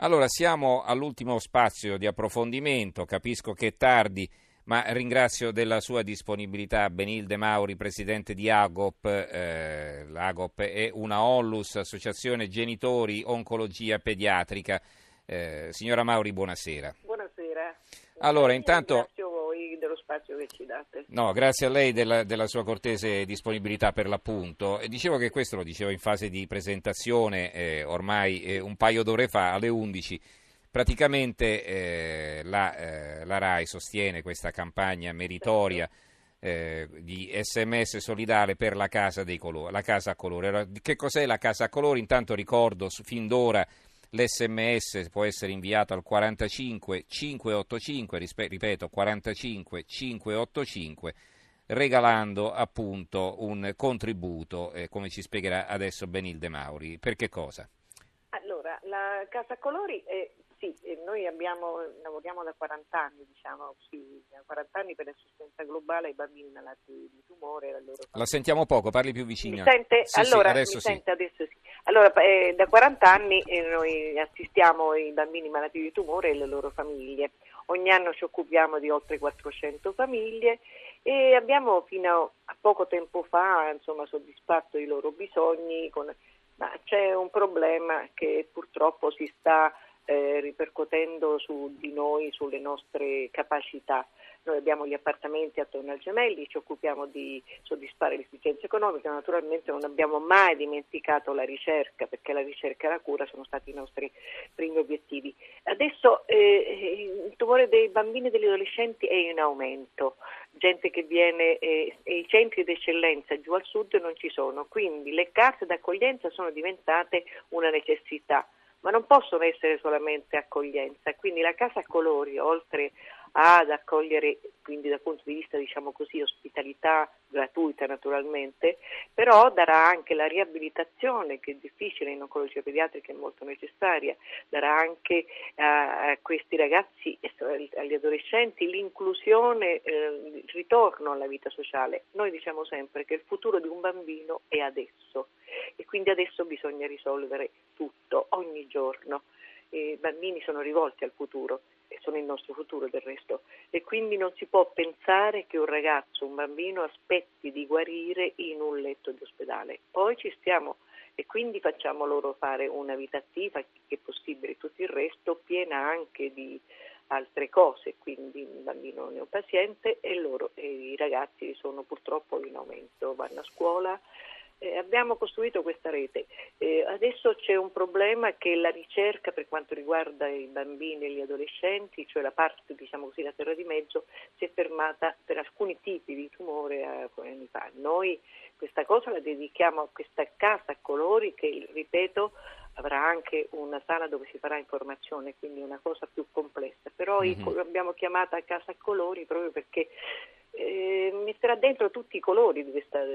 Allora, siamo all'ultimo spazio di approfondimento, capisco che è tardi, ma ringrazio della sua disponibilità Benilde Mauri, presidente di AGOP. L'AGOP è una ONLUS, Associazione Genitori Oncologia Pediatrica. Signora Mauri, buonasera. Buonasera. Allora, intanto ringrazio voi dello spazio che ci date. No, grazie a lei della sua cortese disponibilità per l'appunto. Dicevo che questo lo dicevo in fase di presentazione, ormai un paio d'ore fa, alle 11. Praticamente la RAI sostiene questa campagna meritoria di SMS solidale per la casa dei colori, la casa a colori. Allora, che cos'è la casa a colori? Intanto ricordo fin d'ora l'SMS può essere inviato al 45 585, ripeto 45 585, regalando appunto un contributo, come ci spiegherà adesso Benilde Mauri. Per che cosa? Allora, la Casa Colori noi lavoriamo da 40 anni, da 40 anni per l'assistenza globale ai bambini malati di tumore e alla loro famiglia. La sentiamo poco, parli più vicino. Mi sente? Sì, allora, sì, adesso mi sì. sente adesso sì. Allora, da 40 anni noi assistiamo i bambini malati di tumore e le loro famiglie. Ogni anno ci occupiamo di oltre 400 famiglie e abbiamo fino a poco tempo fa soddisfatto i loro bisogni, ma c'è un problema che purtroppo si sta ripercuotendo su di noi, sulle nostre capacità. Noi abbiamo gli appartamenti attorno al Gemelli, ci occupiamo di soddisfare l'esigenza economica, naturalmente non abbiamo mai dimenticato la ricerca, perché la ricerca e la cura sono stati i nostri primi obiettivi. Adesso il tumore dei bambini e degli adolescenti è in aumento, gente che viene e i centri d'eccellenza giù al sud non ci sono, quindi le case d'accoglienza sono diventate una necessità, ma non possono essere solamente accoglienza, quindi la casa a colori, oltre ad accogliere, quindi dal punto di vista ospitalità gratuita naturalmente, però darà anche la riabilitazione, che è difficile in oncologia pediatrica, è molto necessaria, darà anche a questi ragazzi e agli adolescenti l'inclusione, il ritorno alla vita sociale. Noi diciamo sempre che il futuro di un bambino è adesso e quindi adesso bisogna risolvere tutto, ogni giorno. I bambini sono rivolti al futuro e sono il nostro futuro del resto e quindi non si può pensare che un ragazzo, un bambino aspetti di guarire in un letto di ospedale. Poi ci stiamo e quindi facciamo loro fare una vita attiva che è possibile, tutto il resto piena anche di altre cose, quindi il bambino neopaziente e i ragazzi sono purtroppo in aumento, vanno a scuola. Abbiamo costruito questa rete. Adesso c'è un problema che la ricerca per quanto riguarda i bambini e gli adolescenti, cioè la parte, la terra di mezzo, si è fermata per alcuni tipi di tumore anni fa. Noi questa cosa la dedichiamo a questa casa a colori che, ripeto, avrà anche una sala dove si farà informazione, quindi una cosa più complessa. Però l'abbiamo chiamata casa a colori proprio perché metterà dentro tutti i colori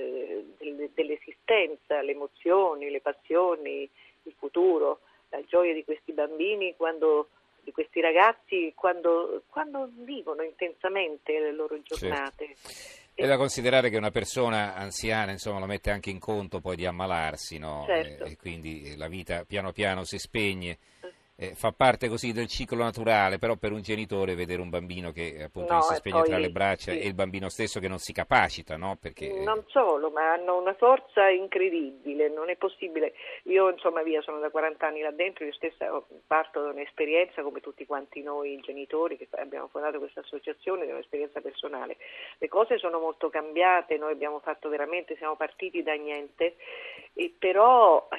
dell'esistenza, le emozioni, le passioni, il futuro, la gioia di questi bambini, di questi ragazzi quando vivono intensamente le loro giornate. Certo. È da considerare che una persona anziana lo mette anche in conto poi di ammalarsi, no? Certo. E quindi la vita piano piano si spegne. Fa parte così del ciclo naturale, però per un genitore vedere un bambino che appunto si spegne tra le braccia e il bambino stesso che non si capacita, no? Perché non solo, ma hanno una forza incredibile, non è possibile. Io sono da 40 anni là dentro, io stessa parto da un'esperienza come tutti quanti noi genitori che abbiamo fondato questa associazione, di un'esperienza personale. Le cose sono molto cambiate, noi siamo partiti da niente, però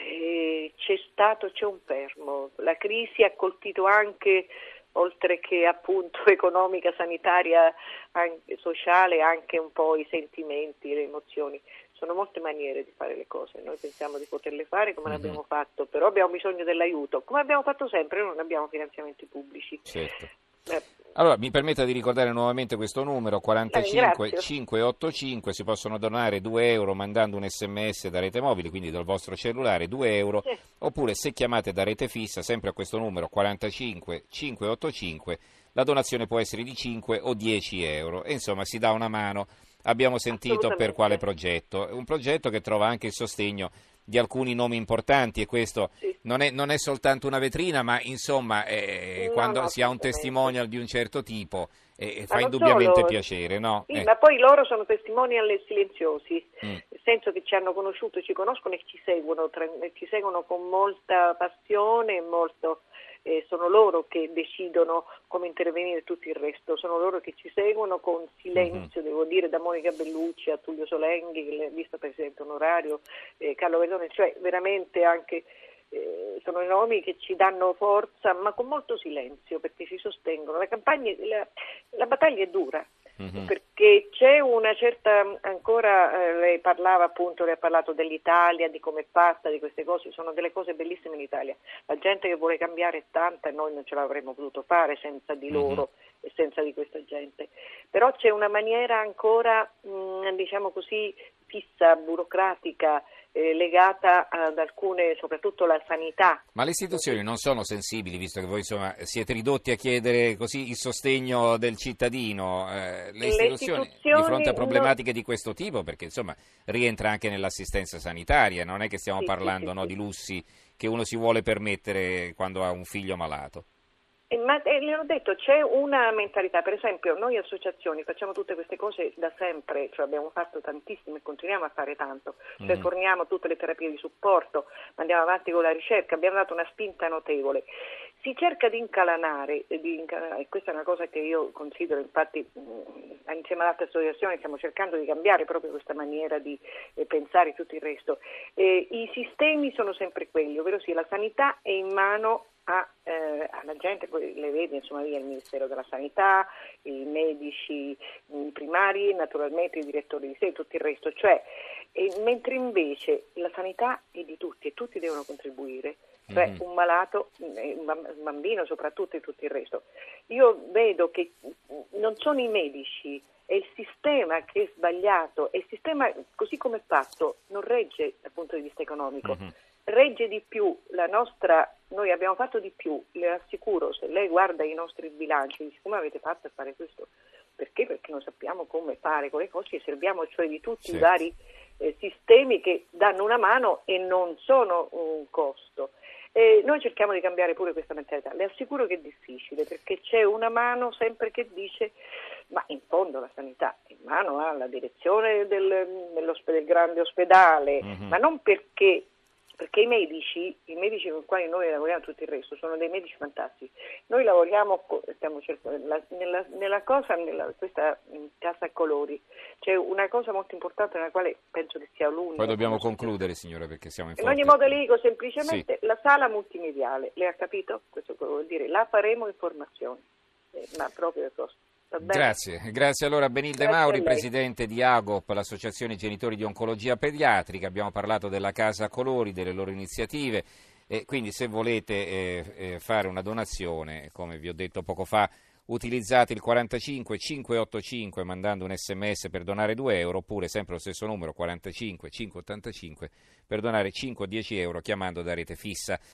c'è un fermo, la crisi ha colpito anche, oltre che appunto economica, sanitaria, anche sociale, anche un po' i sentimenti, le emozioni. Sono molte maniere di fare le cose, noi pensiamo di poterle fare come l'abbiamo fatto, però abbiamo bisogno dell'aiuto, come abbiamo fatto sempre, noi non abbiamo finanziamenti pubblici. Certo. Allora, mi permetta di ricordare nuovamente questo numero, 45 585, si possono donare 2 euro mandando un SMS da rete mobile, quindi dal vostro cellulare, 2 euro, sì. Oppure se chiamate da rete fissa, sempre a questo numero, 45 585, la donazione può essere di 5 o 10 euro, e insomma si dà una mano. Abbiamo sentito per quale progetto, un progetto che trova anche il sostegno di alcuni nomi importanti, e questo Sì. non è soltanto una vetrina, ma insomma quando si ha un assolutamente. testimonial di un certo tipo Ma fa non indubbiamente solo, piacere, no? sì, ma poi loro sono testimonial silenziosi, Mm. nel senso che ci hanno conosciuto, ci conoscono e ci seguono con molta passione e molto. Sono loro che decidono come intervenire e tutto il resto, sono loro che ci seguono con silenzio, devo dire, da Monica Bellucci a Tullio Solenghi, che l'ha vista presidente onorario, Carlo Verdone, cioè veramente anche sono i nomi che ci danno forza, ma con molto silenzio, perché ci sostengono. La battaglia è dura. Perché c'è una certa, ancora lei parlava appunto, lei ha parlato dell'Italia, di come è fatta, di queste cose, sono delle cose bellissime in Italia, la gente che vuole cambiare è tanta e noi non ce l'avremmo potuto fare senza di loro e senza di questa gente, però c'è una maniera ancora diciamo così fissa, burocratica, legata ad alcune, soprattutto la sanità. Ma le istituzioni non sono sensibili, visto che voi insomma siete ridotti a chiedere così il sostegno del cittadino, le istituzioni di fronte a problematiche di questo tipo, perché insomma rientra anche nell'assistenza sanitaria, non è che stiamo parlando no, di lussi che uno si vuole permettere quando ha un figlio malato. Ma le ho detto, c'è una mentalità, per esempio noi associazioni facciamo tutte queste cose da sempre, cioè abbiamo fatto tantissimo e continuiamo a fare tanto, cioè forniamo tutte le terapie di supporto, andiamo avanti con la ricerca, abbiamo dato una spinta notevole. Si cerca di incalanare, e questa è una cosa che io considero, infatti insieme ad altre associazioni stiamo cercando di cambiare proprio questa maniera di pensare tutto il resto. I sistemi sono sempre quelli, ovvero sia la sanità è in mano alla gente, poi le vedi insomma via il Ministero della Sanità, i medici primari, naturalmente i direttori di sé, tutto il resto, cioè mentre invece la sanità è di tutti e tutti devono contribuire, cioè un malato, un bambino soprattutto e tutto il resto. Io vedo che non sono i medici, è il sistema che è sbagliato, e il sistema così come è fatto non regge dal punto di vista economico. Regge di più noi abbiamo fatto di più, le assicuro, se lei guarda i nostri bilanci, dice come avete fatto a fare questo? Perché? Perché non sappiamo come fare con le cose e serviamo cioè di tutti i vari sistemi che danno una mano e non sono un costo. Noi cerchiamo di cambiare pure questa mentalità, le assicuro che è difficile perché c'è una mano sempre che dice ma in fondo la sanità è in mano alla direzione del grande ospedale, ma non perché i medici con i quali noi lavoriamo tutto il resto sono dei medici fantastici. Noi lavoriamo, stiamo cercando questa casa a colori, c'è una cosa molto importante nella quale penso che sia l'unica. Poi dobbiamo concludere, signora, perché siamo in In ogni modo le dico semplicemente la sala multimediale, lei ha capito? Questo vuol dire, la faremo informazioni, ma proprio questo. Grazie allora Benilde Mauri, presidente di AGOP, l'Associazione Genitori di Oncologia Pediatrica. Abbiamo parlato della Casa a Colori, delle loro iniziative, e quindi se volete fare una donazione, come vi ho detto poco fa, utilizzate il 45 585 mandando un sms per donare 2 euro, oppure sempre lo stesso numero 45 585 per donare 5 o 10 euro chiamando da rete fissa.